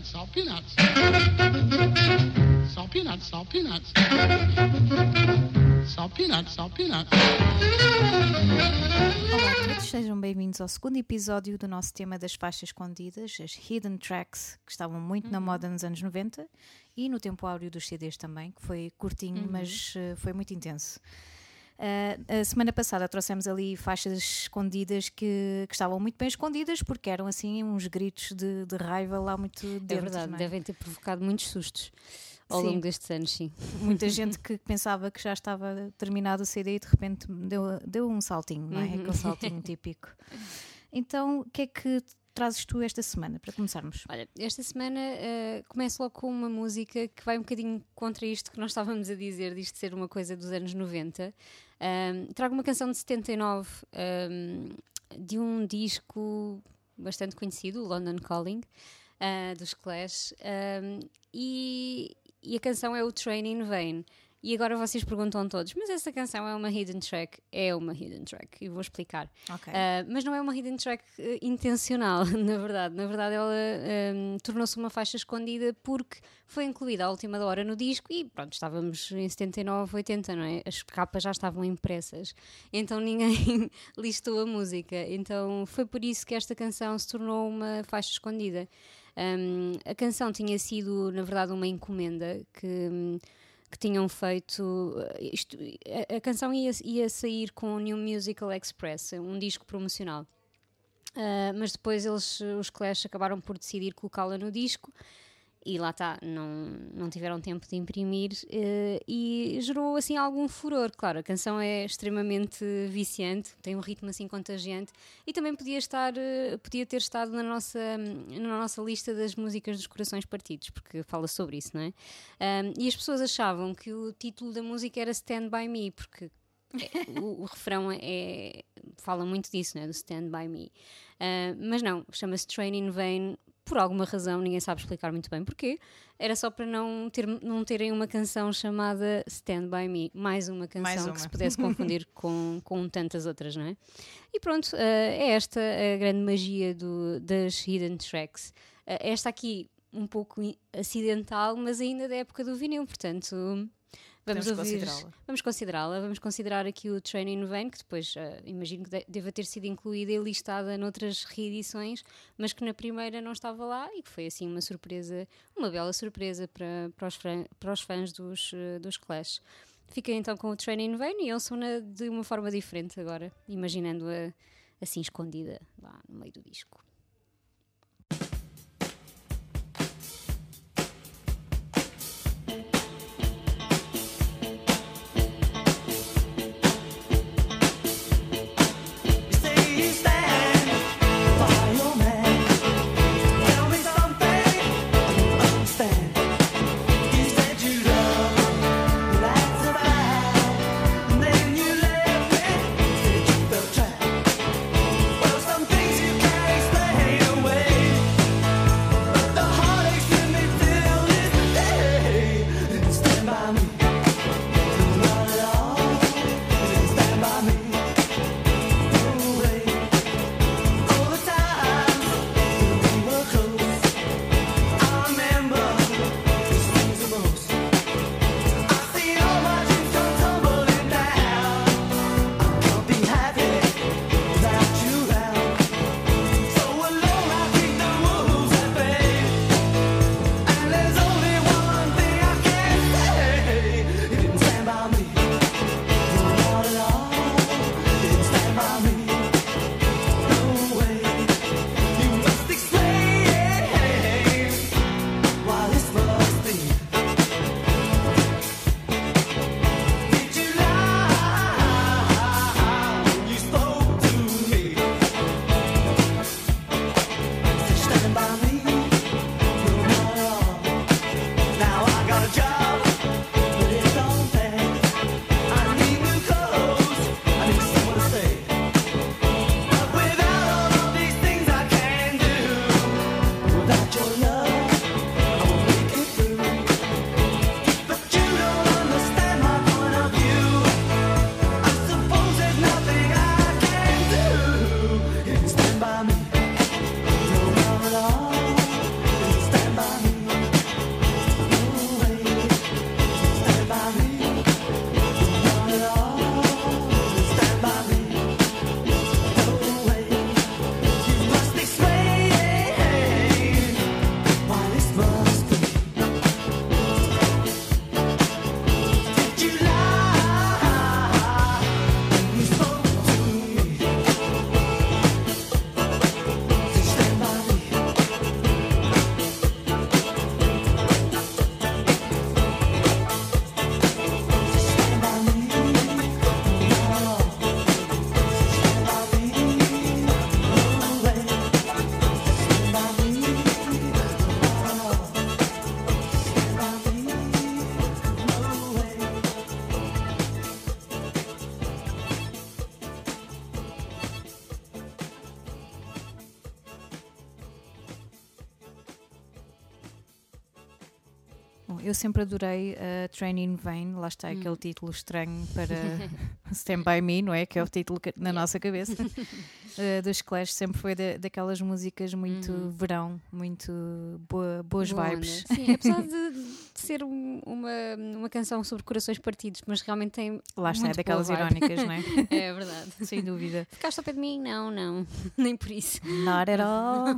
peanuts, salt peanuts. Salt peanuts, salt peanuts. Salt peanuts, salt peanuts. Olá a todos, sejam bem-vindos ao segundo episódio do nosso tema das faixas escondidas, as hidden tracks, que estavam muito na moda nos anos 90 e no tempo áureo dos CDs também, que foi curtinho, mas foi muito intenso. A semana passada trouxemos ali faixas escondidas que estavam muito bem escondidas porque eram assim uns gritos de raiva lá muito dentro. É verdade, não é? devem ter provocado muitos sustos ao longo destes anos, sim. Muita gente que pensava que já estava terminado o CD e de repente deu um saltinho, não é? Aquele saltinho típico. Então, o que é que trazes tu esta semana, para começarmos? Olha, esta semana começo logo com uma música que vai um bocadinho contra isto que nós estávamos a dizer, disto ser uma coisa dos anos 90. Trago uma canção de 79 de um disco bastante conhecido, London Calling, dos Clash, e a canção é o Train in Vain. E agora vocês perguntam todos, mas essa canção é uma hidden track? É uma hidden track, e vou explicar. Okay. Mas não é uma hidden track intencional, na verdade. Na verdade ela tornou-se uma faixa escondida porque foi incluída à última hora no disco e pronto, estávamos em 79, 80, não é? As capas já estavam impressas, então ninguém listou a música. Então foi por isso que esta canção se tornou uma faixa escondida. A canção tinha sido, na verdade, uma encomenda que tinham feito. A canção ia sair com o New Musical Express, um disco promocional. Mas depois os Clash acabaram por decidir colocá-la no disco e lá está, não tiveram tempo de imprimir e gerou assim algum furor. Claro, a canção é extremamente viciante, tem um ritmo assim contagiante e também podia ter estado na nossa lista das músicas dos corações partidos, porque fala sobre isso, não é? E as pessoas achavam que o título da música era Stand By Me, porque o refrão fala muito disso, não é? Do Stand By Me. Mas não, chama-se Train in Vain. Por alguma razão, ninguém sabe explicar muito bem porquê. Era só para não terem uma canção chamada Stand By Me. Mais uma canção que se pudesse confundir com tantas outras, não é? E pronto, é esta a grande magia das hidden tracks. Esta aqui um pouco acidental, mas ainda da época do vinil, portanto vamos considerar aqui o Train in Vain, que depois imagino que deva ter sido incluída e listada noutras reedições, mas que na primeira não estava lá e que foi assim uma surpresa, uma bela surpresa para os fãs dos Clash. Fiquei então com o Train in Vain e ouço-na de uma forma diferente agora, imaginando-a assim escondida lá no meio do disco. Some things you can't explain. Eu sempre adorei Train in Vain, lá está aquele título estranho para Stand By Me, não é? Que é o título na nossa cabeça. Dos Clash sempre foi daquelas músicas muito verão, muito boas vibes. Sim, apesar de ser uma canção sobre corações partidos, mas realmente tem. Lá está, é muito daquelas boa vibe. irónicas, não é? É verdade. Sem dúvida. Ficaste ao pé de mim? Não, nem por isso. Not at all.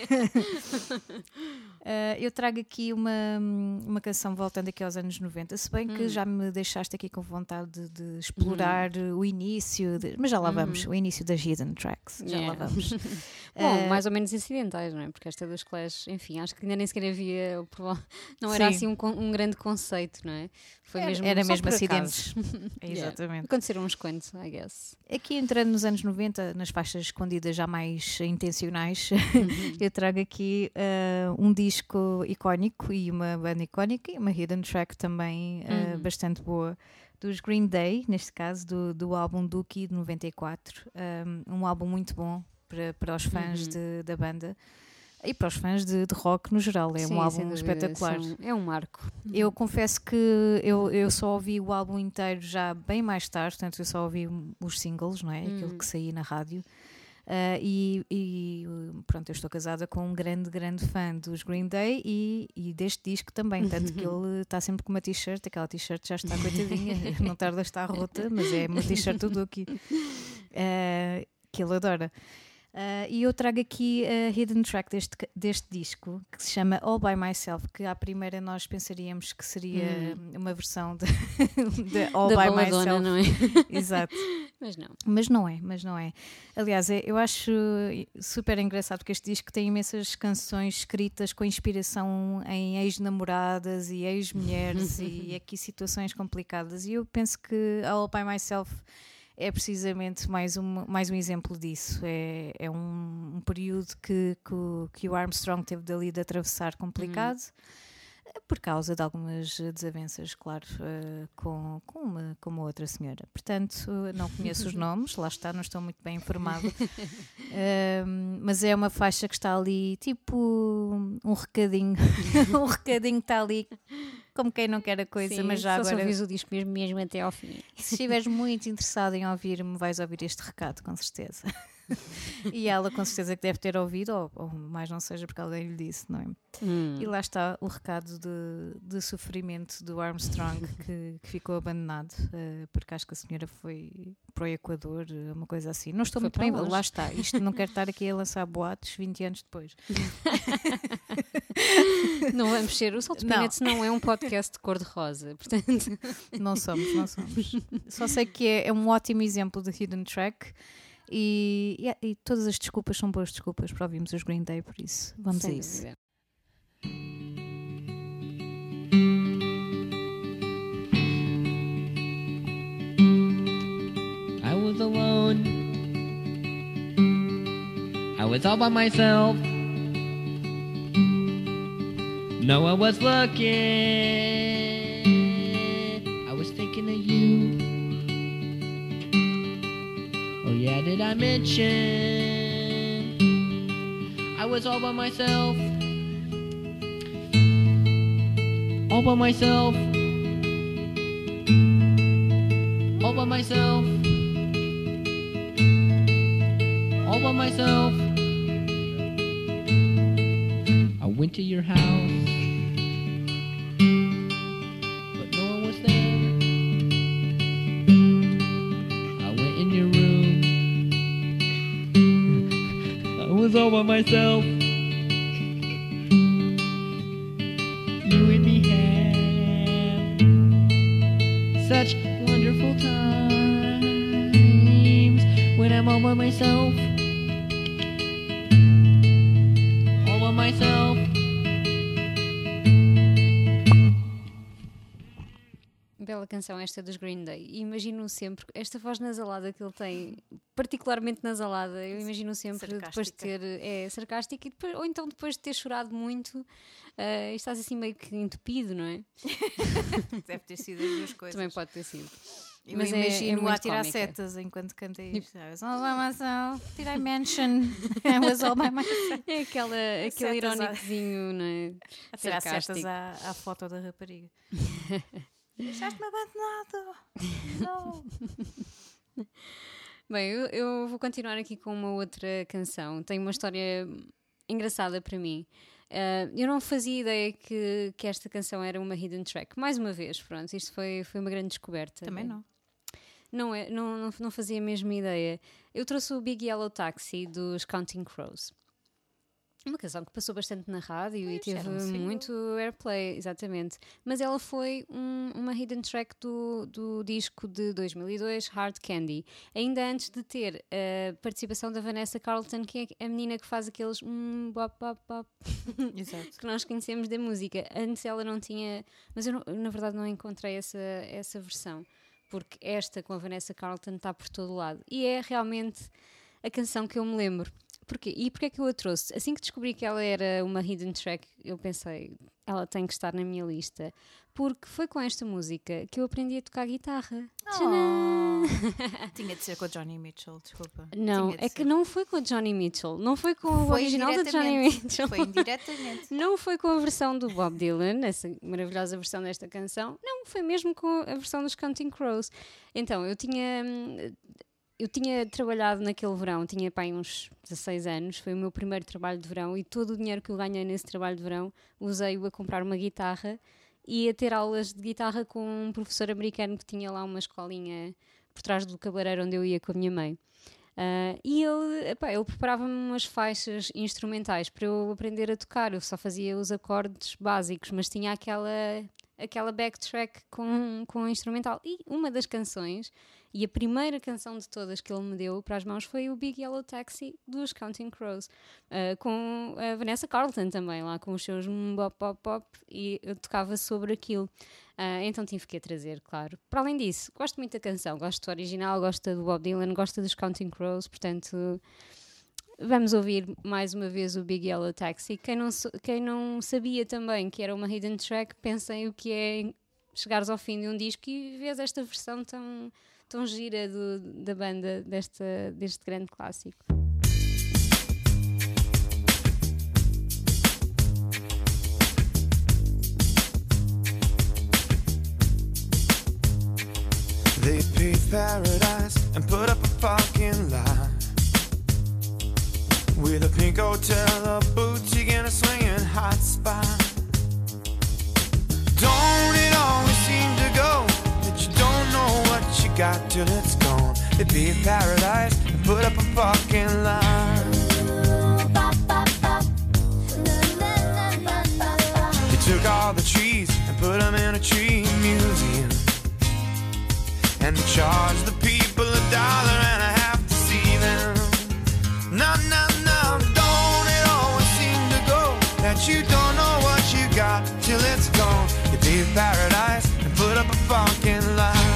Eu trago aqui uma canção voltando aqui aos anos 90, se bem que já me deixaste aqui com vontade de explorar o início, mas já lá vamos, o início das Hidden Tracks, já lá vamos. Bom, mais ou menos incidentais, não é? Porque esta dos Clash, enfim, acho que ainda nem sequer havia, não era assim um grande conceito, não é? Foi era só mesmo por acidentes. acaso. Exatamente. Aconteceram uns quantos, I guess. Aqui entrando nos anos 90, nas faixas escondidas já mais intencionais, eu trago aqui um disco icónico e uma banda icónica e uma hidden track também bastante boa dos Green Day, neste caso do álbum Dookie de 94, um álbum muito bom para os fãs da banda e para os fãs de rock no geral, é um álbum espetacular. É um marco. Eu confesso que eu só ouvi o álbum inteiro já bem mais tarde, portanto eu só ouvi os singles, não é? Aquilo que saía na rádio. Pronto, eu estou casada com um grande fã dos Green Day e deste disco também, tanto que ele está sempre com uma t-shirt, aquela t-shirt já está coitadinha, não tarda a estar rota, mas é uma t-shirt do Dookie que ele adora. E eu trago aqui a hidden track deste disco, que se chama All By Myself, que à primeira nós pensaríamos que seria uma versão de All da By baladona, Myself. não é? Exato. Mas não. Mas não é. Aliás, eu acho super engraçado porque este disco tem imensas canções escritas com inspiração em ex-namoradas e ex-mulheres e aqui situações complicadas. E eu penso que All By Myself é precisamente mais um exemplo disso. É um período que o Armstrong teve dali de atravessar complicado, por causa de algumas desavenças, claro, com uma outra senhora. Portanto, não conheço os nomes, lá está, não estou muito bem informada. Mas é uma faixa que está ali, tipo um recadinho, um recadinho que está ali, como quem não quer a coisa. Sim, mas já só agora, se ouvis o disco mesmo até ao fim. se estiveres muito interessado em ouvir-me, vais ouvir este recado, com certeza. E ela com certeza que deve ter ouvido, ou mais não seja porque alguém lhe disse, não é? E lá está o recado de sofrimento do Armstrong que ficou abandonado, porque acho que a senhora foi para o Equador, uma coisa assim. Não estou muito bem, lá está. Isto não quero estar aqui a lançar boatos 20 anos depois. Não vamos ser. O Saltos Peanuts não é um podcast de cor-de-rosa, portanto. Não somos. Só sei que é um ótimo exemplo de hidden track. E todas as desculpas são boas desculpas para ouvirmos os Green Day, por isso vamos a isso. I was alone. I was all by myself. No one was looking. I was thinking of you. Oh yeah, did I mention I was all by myself? All by myself. All by myself. All by myself. I went to your house, but no one was there. I went in your room. I was all by myself. You and me have such wonderful times when I'm all by myself. All by myself. Bela canção esta dos Green Day. E imagino sempre esta voz nasalada que ele tem, particularmente nasalada. Eu imagino sempre depois de ter sarcástica e depois, ou então depois de ter chorado muito, estás assim meio que entupido, não é? Deve ter sido as duas coisas. Também pode ter sido. Eu Mas imagino muito a tirar cómica. setas enquanto canta isto. I was all by myself, did I mention I was all by myself? É aquele Setas irónicozinho, não é? A tirar Sarcástico. setas à foto da rapariga. Deixaste-me abandonado. Não. Bem, eu vou continuar aqui com uma outra canção. Tem uma história engraçada para mim. Eu não fazia ideia que esta canção era uma hidden track. Mais uma vez, pronto, isto foi uma grande descoberta. Também não. Não fazia a mesma ideia. Eu trouxe o Big Yellow Taxi dos Counting Crows. Uma canção que passou bastante na rádio e teve era um single. muito airplay, exatamente. Mas ela foi uma hidden track do disco de 2002, Hard Candy. Ainda antes de ter a participação da Vanessa Carlton, que é a menina que faz aqueles bop, bop, bop, Exato. que nós conhecemos da música. Antes ela não tinha... Mas eu, na verdade, não encontrei essa versão. Porque esta com a Vanessa Carlton está por todo lado. E é realmente a canção que eu me lembro. Porquê? E porquê é que eu a trouxe? Assim que descobri que ela era uma hidden track, eu pensei, ela tem que estar na minha lista. Porque foi com esta música que eu aprendi a tocar guitarra. Tcharam! Tinha de ser com o Johnny Mitchell, desculpa. Não, Tinha de é ser. que não foi com a Johnny Mitchell. Não foi com o original da Johnny indiretamente. Mitchell. Foi indiretamente. Não foi com a versão do Bob Dylan, essa maravilhosa versão desta canção. Não, foi mesmo com a versão dos Counting Crows. Então, eu tinha trabalhado naquele verão, tinha pá, uns 16 anos, foi o meu primeiro trabalho de verão e todo o dinheiro que eu ganhei nesse trabalho de verão usei-o a comprar uma guitarra e a ter aulas de guitarra com um professor americano que tinha lá uma escolinha por trás do cabeleireiro onde eu ia com a minha mãe. E ele preparava-me umas faixas instrumentais para eu aprender a tocar. Eu só fazia os acordes básicos, mas tinha aquela backtrack com o instrumental. E uma das canções, e a primeira canção de todas que ele me deu para as mãos, foi o Big Yellow Taxi dos Counting Crows, com a Vanessa Carlton também, lá com os seus bop, bop, bop, e eu tocava sobre aquilo. Então tive que a trazer, claro. Para além disso, gosto muito da canção, gosto do original, gosto do Bob Dylan, gosto dos Counting Crows, portanto... Vamos ouvir mais uma vez o Big Yellow Taxi. Quem não sabia também que era uma hidden track, pensem o que é chegares ao fim de um disco e vês esta versão tão gira da banda deste grande clássico. They paved paradise and put up a fucking lie with a pink hotel, a boutique, and a swinging hot spot. Don't it always seem to go that you don't know what you got till it's gone? They paved paradise and put up a fucking lie. They took all the trees and put them in a tree museum and charged the people $1.50 to see them. No, no, no, don't it always seem to go that you don't know what you got till it's gone? You paved paradise and put up a fucking lie.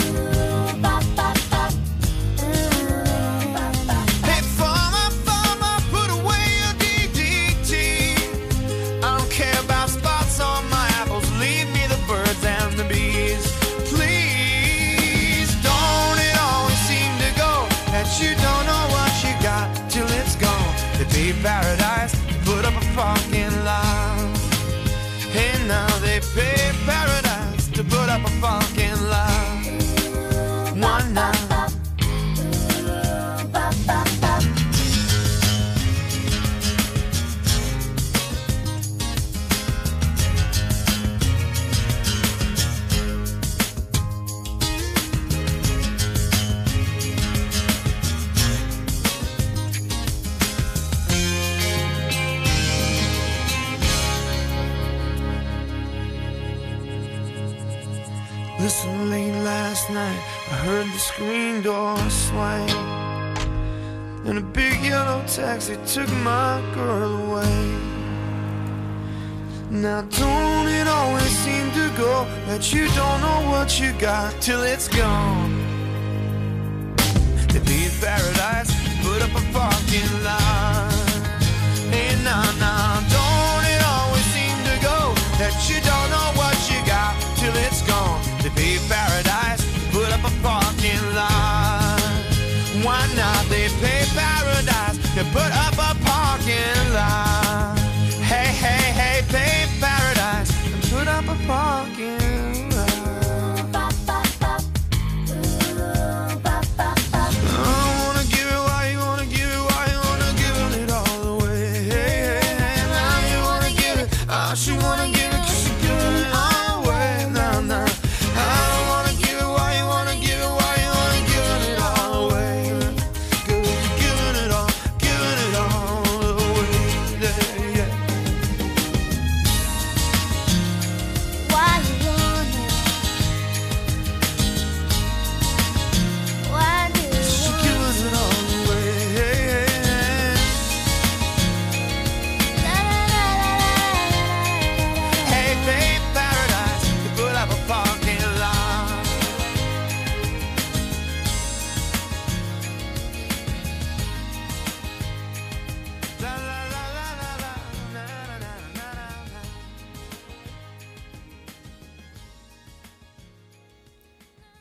Hey, farmer, put away your DDT. I don't care about spots on my apples, leave me the birds and the bees. Please, don't it always seem to go that you don't know what you got till it's gone? They paved paradise, put up a fucking lie. Hey, now they paved paradise to put up a fucking lie. One night. Listen, late last night I heard the screen door swing and a big yellow taxi took my girl away. Now don't it always seem to go that you don't know what you got till it's gone? They paved paradise, put up a fucking lie. Hey, nah, nah, don't it always seem to go that you don't know what you got till it's gone? They paved paradise, put up a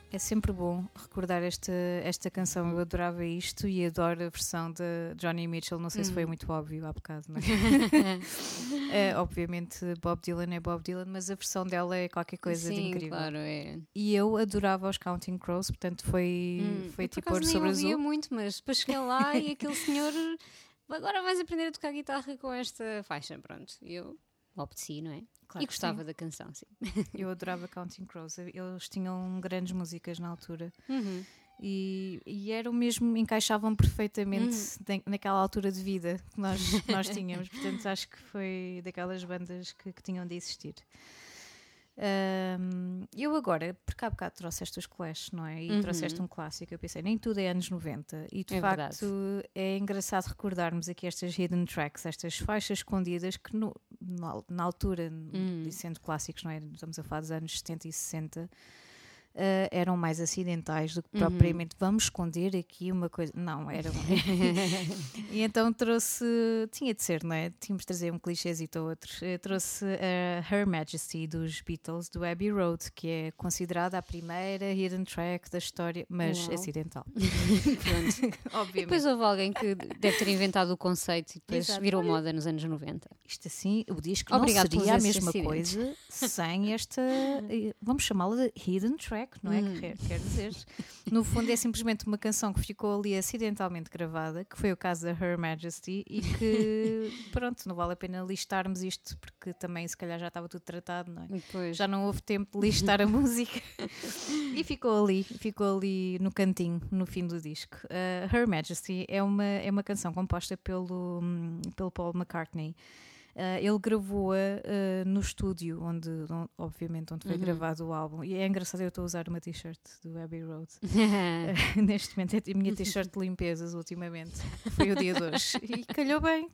É sempre bom recordar esta canção. Eu adorava isto e adoro a versão de Johnny Mitchell. Não sei se foi muito óbvio há bocado, não é? Obviamente Bob Dylan é Bob Dylan, mas a versão dela é qualquer coisa de incrível. Claro, é. E eu adorava os Counting Crows, portanto foi tipo ouro sobre azul. Eu ouvia muito, mas depois cheguei lá e aquele senhor, agora vais aprender a tocar guitarra com esta faixa, pronto. E eu obedeci, não é? Claro e gostava da canção, sim. Eu adorava Counting Crows. Eles tinham grandes músicas na altura. E eram mesmo, encaixavam perfeitamente naquela altura de vida que nós tínhamos. Portanto, acho que foi daquelas bandas que tinham de existir. Eu agora, porque há bocado trouxeste os Clash, não é? E trouxeste um clássico, eu pensei, nem tudo é anos 90 e de facto é engraçado recordarmos aqui estas hidden tracks, estas faixas escondidas que na altura, sendo clássicos, não é? Estamos a falar dos anos 70 e 60, eram mais acidentais do que propriamente vamos esconder aqui uma coisa. Não, era. E então tinha de ser, não é? Tínhamos de trazer um clichêzito ou outro. Trouxe a Her Majesty dos Beatles, do Abbey Road, que é considerada a primeira hidden track da história, mas acidental. Obviamente. E depois houve alguém que deve ter inventado o conceito e depois virou moda nos anos 90. Isto assim, o disco não seria a mesma coisa sem esta, vamos chamá-la de hidden track. Não é? Quer dizer, no fundo é simplesmente uma canção que ficou ali acidentalmente gravada, que foi o caso da Her Majesty, e que pronto, não vale a pena listarmos isto porque também se calhar já estava tudo tratado, não é? Já não houve tempo de listar a música e ficou ali no cantinho, no fim do disco. Her Majesty é uma canção composta pelo Paul McCartney. Ele gravou-a no estúdio onde foi gravado o álbum. E é engraçado, eu estou a usar uma t-shirt do Abbey Road. Neste momento é a minha t-shirt de limpezas ultimamente. Foi o dia de hoje. E calhou bem.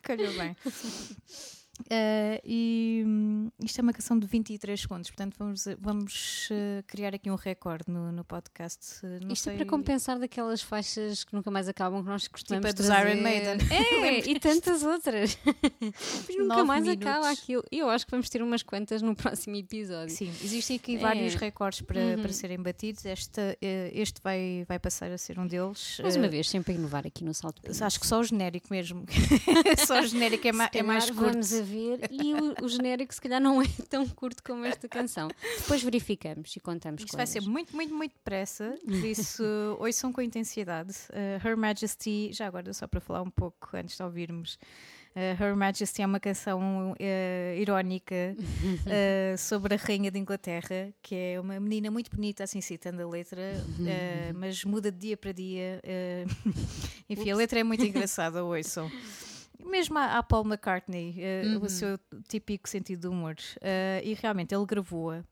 Isto é uma canção de 23 segundos, portanto vamos criar aqui um recorde no podcast. Isto é para compensar daquelas faixas que nunca mais acabam, que nós costumamos tipo a dos Iron Maiden. E tantas outras. Mas nunca mais acaba aquilo. E eu acho que vamos ter umas quantas no próximo episódio. Sim, existem aqui vários recordes para serem batidos. Este vai passar a ser um deles. Mais uma vez, sempre a inovar aqui no Salto Pinto. Acho que só o genérico mesmo. Só o genérico é mais curto. Vamos a ver, e o genérico se calhar não é tão curto como esta canção. Depois verificamos e contamos. Isto vai ser muito, muito, muito depressa, por isso ouçam com intensidade. Her Majesty, já agora só para falar um pouco antes de ouvirmos, Her Majesty é uma canção irónica sobre a rainha de Inglaterra, que é uma menina muito bonita, assim citando a letra, mas muda de dia para dia. Enfim, a letra é muito engraçada, ouçam. Mesmo a Paul McCartney, o seu típico sentido de humor, e realmente ele gravou-a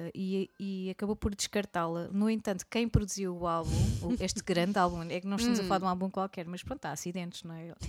e acabou por descartá-la. No entanto, quem produziu o álbum, este grande álbum, é que nós estamos a falar de um álbum qualquer, mas pronto, há acidentes, não é?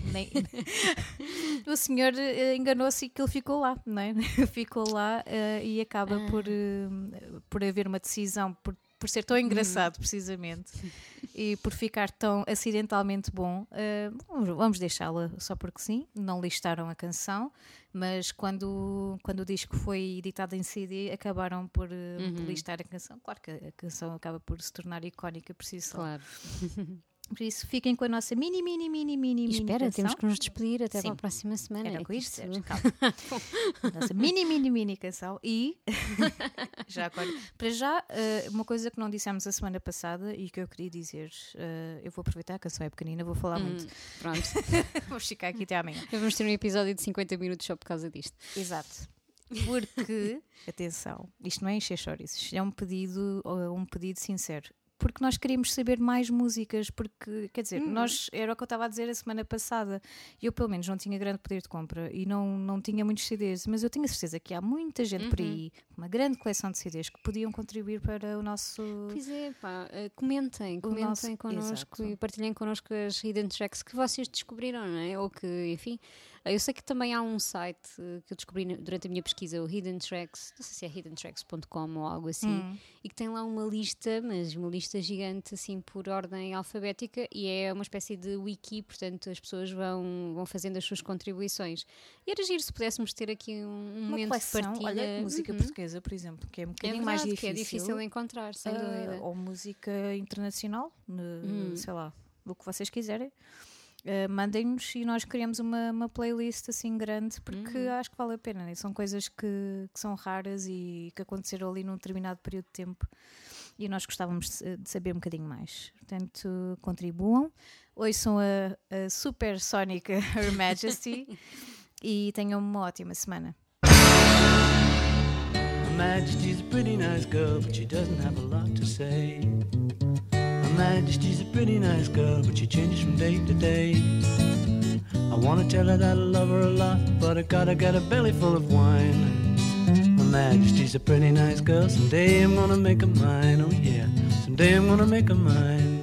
O senhor enganou-se e que ele ficou lá, não é? Ficou lá e acaba por haver uma decisão, por ser tão engraçado, precisamente, e por ficar tão acidentalmente bom, vamos deixá-la só porque sim. Não listaram a canção, mas quando o disco foi editado em CD, acabaram por listar a canção. Claro que a canção acaba por se tornar icónica por si só. Claro. Por isso, fiquem com a nossa mini espera, canção. Temos que nos despedir até para a próxima semana. Era com isto, calma. Nossa mini canção. E já agora, para já, uma coisa que não dissemos a semana passada e que eu queria dizer, eu vou aproveitar, a canção é pequenina, vou falar muito. Pronto. Vamos ficar aqui até amanhã. Vamos ter um episódio de 50 minutos só por causa disto. Exato. Porque, atenção, isto não é encher chouriços, isto é um pedido sincero. Porque nós queríamos saber mais músicas, porque, quer dizer, era o que eu estava a dizer a semana passada, eu pelo menos não tinha grande poder de compra e não tinha muitos CDs, mas eu tenho a certeza que há muita gente por aí, uma grande coleção de CDs que podiam contribuir para o nosso... Pois é, pá, comentem connosco. Exato. E partilhem connosco as hidden tracks que vocês descobriram, não é? Ou que, enfim, Eu sei que também há um site que eu descobri durante a minha pesquisa, o Hidden Tracks, não sei se é hiddentracks.com ou algo assim, e que tem lá uma lista, mas uma lista gigante assim por ordem alfabética, e é uma espécie de wiki, portanto as pessoas vão fazendo as suas contribuições. E era giro se pudéssemos ter aqui um momento coleção, de partilha. olha, música portuguesa, por exemplo, que é um bocadinho mais difícil. Que é difícil de encontrar, sem dúvida. Ou música internacional, sei lá, o que vocês quiserem. Mandem-nos e nós criamos uma playlist assim grande, porque acho que vale a pena, né? São coisas que são raras e que aconteceram ali num determinado período de tempo e nós gostávamos de saber um bocadinho mais. Portanto, contribuam, ouçam a super sónica Her Majesty e tenham uma ótima semana. Her Majesty's a pretty nice girl, but she doesn't have a lot to say. Her Majesty's a pretty nice girl, but she changes from day to day. I wanna tell her that I love her a lot, but I gotta get a belly full of wine. Her Majesty's a pretty nice girl, someday I'm gonna make her mine, oh yeah, someday I'm gonna make her mine.